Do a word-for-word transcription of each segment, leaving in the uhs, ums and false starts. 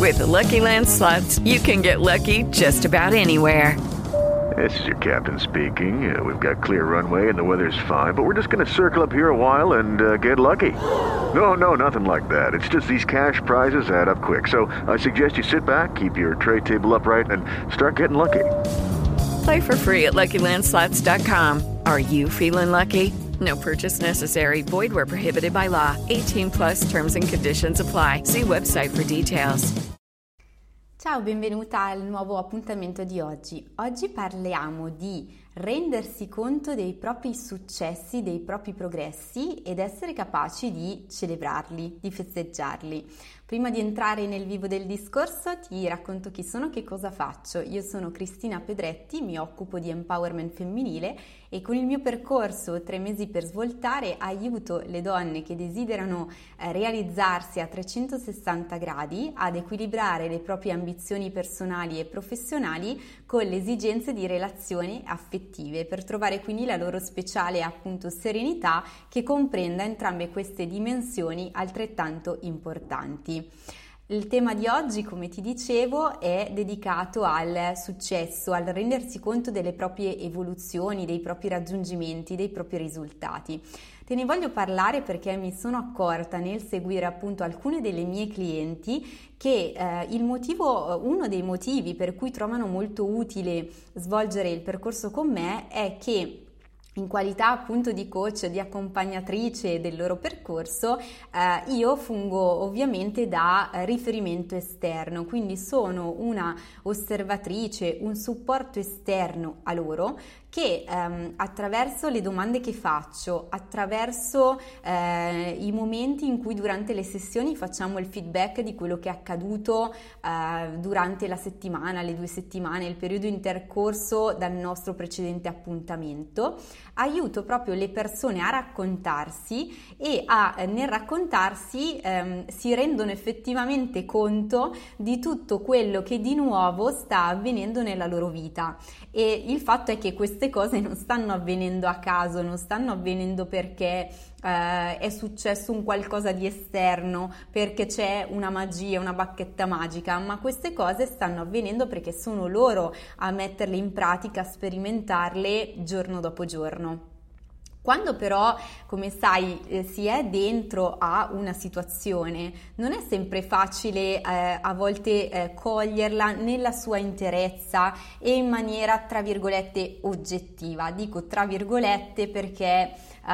With Lucky Land Slots, you can get lucky just about anywhere. This is your captain speaking. Uh, we've got clear runway and the weather's fine, but we're just going to circle up here a while and uh, get lucky. No, no, nothing like that. It's just these cash prizes add up quick. So I suggest you sit back, keep your tray table upright, and start getting lucky. Play for free at Lucky Land Slots dot com. Are you feeling lucky? No purchase necessary. Void where prohibited by law. eighteen plus terms and conditions apply. See website for details. Ciao, benvenuta al nuovo appuntamento di oggi. Oggi parliamo di rendersi conto dei propri successi, dei propri progressi ed essere capaci di celebrarli, di festeggiarli. Prima di entrare nel vivo del discorso ti racconto chi sono, che cosa faccio. Io sono Cristina Pedretti, mi occupo di empowerment femminile e con il mio percorso tre mesi per svoltare aiuto le donne che desiderano eh, realizzarsi a trecentosessanta gradi ad equilibrare le proprie ambizioni personali e professionali con le esigenze di relazioni affettive per trovare quindi la loro speciale appunto serenità che comprenda entrambe queste dimensioni altrettanto importanti. Il tema di oggi, come ti dicevo, è dedicato al successo, al rendersi conto delle proprie evoluzioni, dei propri raggiungimenti, dei propri risultati. Te ne voglio parlare perché mi sono accorta nel seguire appunto alcune delle mie clienti che eh, il motivo, uno dei motivi per cui trovano molto utile svolgere il percorso con me è che in qualità appunto di coach, di accompagnatrice del loro percorso, eh, io fungo ovviamente da eh, riferimento esterno, quindi sono una osservatrice, un supporto esterno a loro che ehm, attraverso le domande che faccio, attraverso eh, i momenti in cui durante le sessioni facciamo il feedback di quello che è accaduto eh, durante la settimana, le due settimane, il periodo intercorso dal nostro precedente appuntamento, aiuto proprio le persone a raccontarsi e a, nel raccontarsi ehm, si rendono effettivamente conto di tutto quello che di nuovo sta avvenendo nella loro vita. E il fatto è che queste cose non stanno avvenendo a caso, non stanno avvenendo perché eh, è successo un qualcosa di esterno, perché c'è una magia, una bacchetta magica, ma queste cose stanno avvenendo perché sono loro a metterle in pratica, a sperimentarle giorno dopo giorno. Quando però, come sai, eh, si è dentro a una situazione, non è sempre facile eh, a volte eh, coglierla nella sua interezza e in maniera, tra virgolette, oggettiva. Dico tra virgolette perché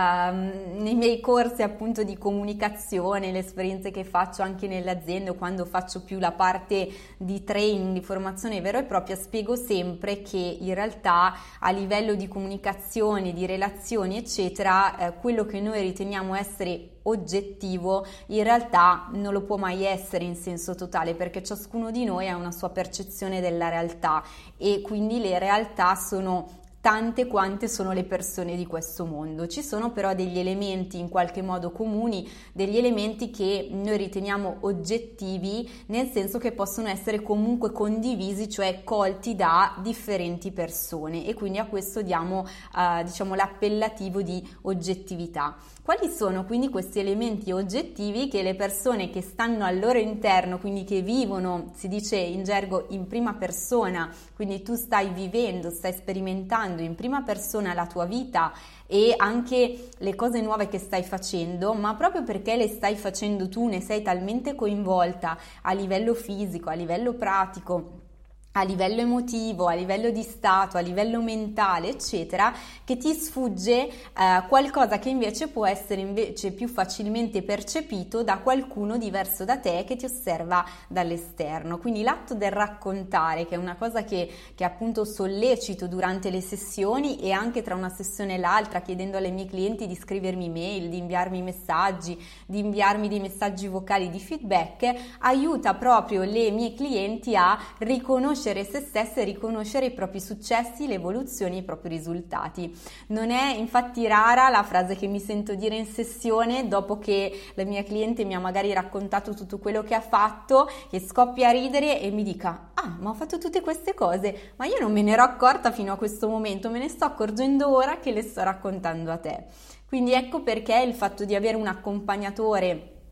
Um, nei miei corsi appunto di comunicazione, le esperienze che faccio anche nelle aziende o quando faccio più la parte di training, di formazione vera e propria, spiego sempre che in realtà a livello di comunicazione, di relazioni eccetera, eh, quello che noi riteniamo essere oggettivo in realtà non lo può mai essere in senso totale, perché ciascuno di noi ha una sua percezione della realtà e quindi le realtà sono tante quante sono le persone di questo mondo. Ci sono però degli elementi in qualche modo comuni, degli elementi che noi riteniamo oggettivi, nel senso che possono essere comunque condivisi, cioè colti da differenti persone, e quindi a questo diamo eh, diciamo l'appellativo di oggettività. Quali sono quindi questi elementi oggettivi che le persone che stanno al loro interno, quindi che vivono, si dice in gergo, in prima persona, quindi tu stai vivendo, stai sperimentando in prima persona la tua vita e anche le cose nuove che stai facendo, ma proprio perché le stai facendo tu, ne sei talmente coinvolta a livello fisico, a livello pratico, a livello emotivo, a livello di stato, a livello mentale, eccetera, che ti sfugge eh, qualcosa che invece può essere invece più facilmente percepito da qualcuno diverso da te che ti osserva dall'esterno. Quindi l'atto del raccontare, che è una cosa che, che appunto sollecito durante le sessioni e anche tra una sessione e l'altra, chiedendo alle mie clienti di scrivermi mail, di inviarmi messaggi, di inviarmi dei messaggi vocali di feedback, aiuta proprio le mie clienti a riconoscere se stesse, riconoscere i propri successi, le evoluzioni, i propri risultati. Non è infatti rara la frase che mi sento dire in sessione dopo che la mia cliente mi ha magari raccontato tutto quello che ha fatto, che scoppia a ridere e mi dica: ah, ma ho fatto tutte queste cose, ma io non me ne ero accorta fino a questo momento, me ne sto accorgendo ora che le sto raccontando a te. Quindi ecco perché il fatto di avere un accompagnatore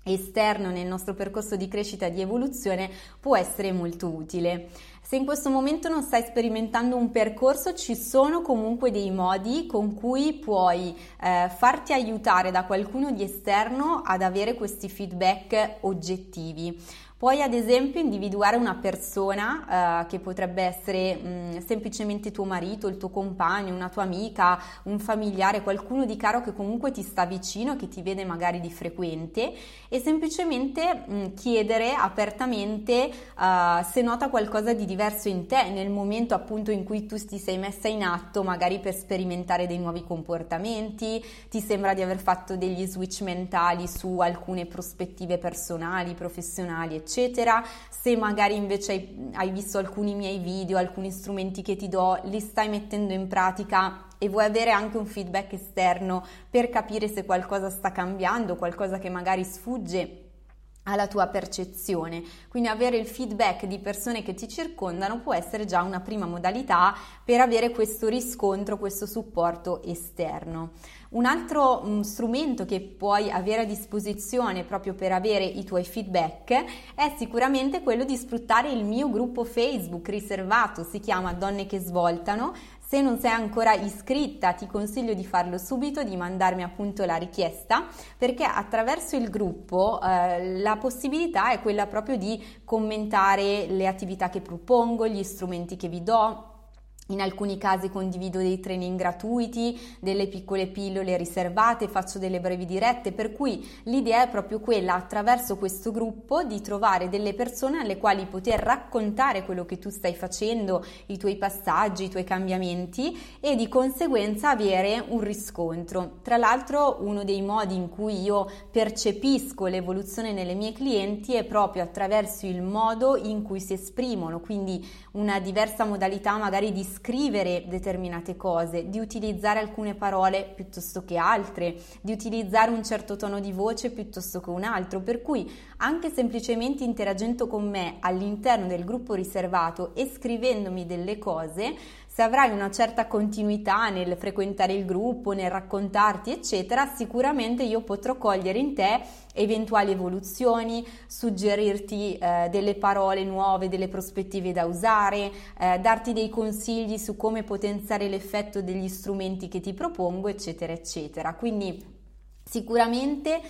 esterno nel nostro percorso di crescita e di evoluzione può essere molto utile. Se in questo momento non stai sperimentando un percorso, ci sono comunque dei modi con cui puoi eh, farti aiutare da qualcuno di esterno ad avere questi feedback oggettivi. Puoi ad esempio individuare una persona eh, che potrebbe essere mh, semplicemente tuo marito, il tuo compagno, una tua amica, un familiare, qualcuno di caro che comunque ti sta vicino, che ti vede magari di frequente, e semplicemente mh, chiedere apertamente uh, se nota qualcosa di diverso in te nel momento appunto in cui tu ti sei messa in atto magari per sperimentare dei nuovi comportamenti, ti sembra di aver fatto degli switch mentali su alcune prospettive personali, professionali, eccetera. eccetera. Se magari invece hai, hai visto alcuni miei video, alcuni strumenti che ti do, li stai mettendo in pratica e vuoi avere anche un feedback esterno per capire se qualcosa sta cambiando, qualcosa che magari sfugge alla tua percezione. Quindi avere il feedback di persone che ti circondano può essere già una prima modalità per avere questo riscontro, questo supporto esterno. Un altro um, strumento che puoi avere a disposizione proprio per avere i tuoi feedback è sicuramente quello di sfruttare il mio gruppo Facebook riservato, si chiama Donne che Svoltano. Se non sei ancora iscritta, ti consiglio di farlo subito, di mandarmi appunto la richiesta, perché attraverso il gruppo eh, la possibilità è quella proprio di commentare le attività che propongo, gli strumenti che vi do. In alcuni casi condivido dei training gratuiti, delle piccole pillole riservate, faccio delle brevi dirette, per cui l'idea è proprio quella, attraverso questo gruppo, di trovare delle persone alle quali poter raccontare quello che tu stai facendo, i tuoi passaggi, i tuoi cambiamenti, e di conseguenza avere un riscontro. Tra l'altro, uno dei modi in cui io percepisco l'evoluzione nelle mie clienti è proprio attraverso il modo in cui si esprimono, quindi una diversa modalità magari di scrivere determinate cose, di utilizzare alcune parole piuttosto che altre, di utilizzare un certo tono di voce piuttosto che un altro, per cui anche semplicemente interagendo con me all'interno del gruppo riservato e scrivendomi delle cose, se avrai una certa continuità nel frequentare il gruppo, nel raccontarti eccetera, sicuramente io potrò cogliere in te eventuali evoluzioni, suggerirti eh, delle parole nuove, delle prospettive da usare, eh, darti dei consigli su come potenziare l'effetto degli strumenti che ti propongo, eccetera eccetera. Quindi sicuramente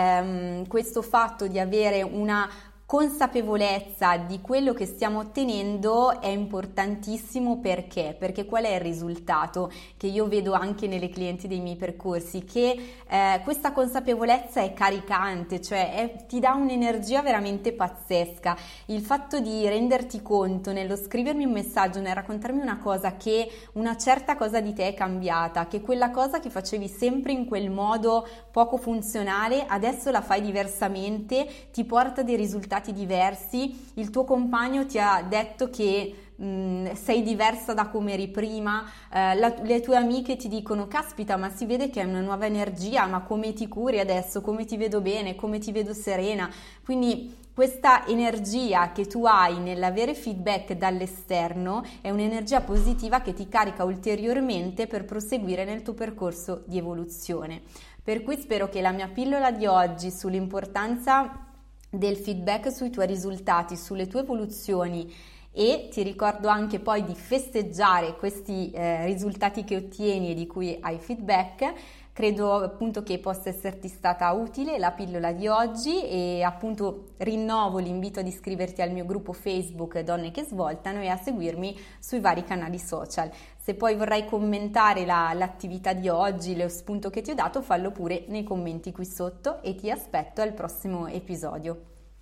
ehm, questo fatto di avere una consapevolezza di quello che stiamo ottenendo è importantissimo. Perché? Perché qual è il risultato che io vedo anche nelle clienti dei miei percorsi? Che eh, questa consapevolezza è caricante, cioè è, ti dà un'energia veramente pazzesca. Il fatto di renderti conto nello scrivermi un messaggio, nel raccontarmi una cosa, che una certa cosa di te è cambiata, che quella cosa che facevi sempre in quel modo poco funzionale adesso la fai diversamente, ti porta dei risultati diversi, il tuo compagno ti ha detto che mh, sei diversa da come eri prima, eh, la, le tue amiche ti dicono caspita, ma si vede che hai una nuova energia, ma come ti curi adesso, come ti vedo bene, come ti vedo serena. Quindi questa energia che tu hai nell'avere feedback dall'esterno è un'energia positiva che ti carica ulteriormente per proseguire nel tuo percorso di evoluzione. Per cui spero che la mia pillola di oggi sull'importanza del feedback sui tuoi risultati, sulle tue evoluzioni, e ti ricordo anche poi di festeggiare questi eh, risultati che ottieni e di cui hai feedback. Credo appunto che possa esserti stata utile la pillola di oggi e appunto rinnovo l'invito ad iscriverti al mio gruppo Facebook Donne che Svoltano e a seguirmi sui vari canali social. Se poi vorrai commentare la, l'attività di oggi, lo spunto che ti ho dato, fallo pure nei commenti qui sotto e ti aspetto al prossimo episodio.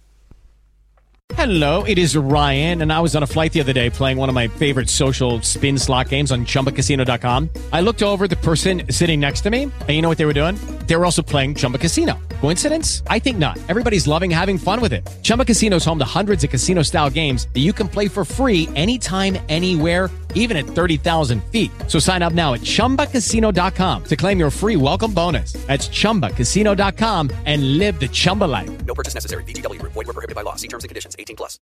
Hello, it is Ryan, and I was on a flight the other day playing one of my favorite social spin slot games on Chumba Casino dot com. I looked over at the person sitting next to me, and you know what they were doing? They were also playing Chumba Casino. Coincidence? I think not. Everybody's loving having fun with it. Chumba Casino is home to hundreds of casino-style games that you can play for free anytime, anywhere, even at thirty thousand feet. So sign up now at Chumba Casino dot com to claim your free welcome bonus. That's Chumba Casino dot com and live the Chumba life. No purchase necessary. V G W. Void where prohibited by law. See terms and conditions. eighteen plus.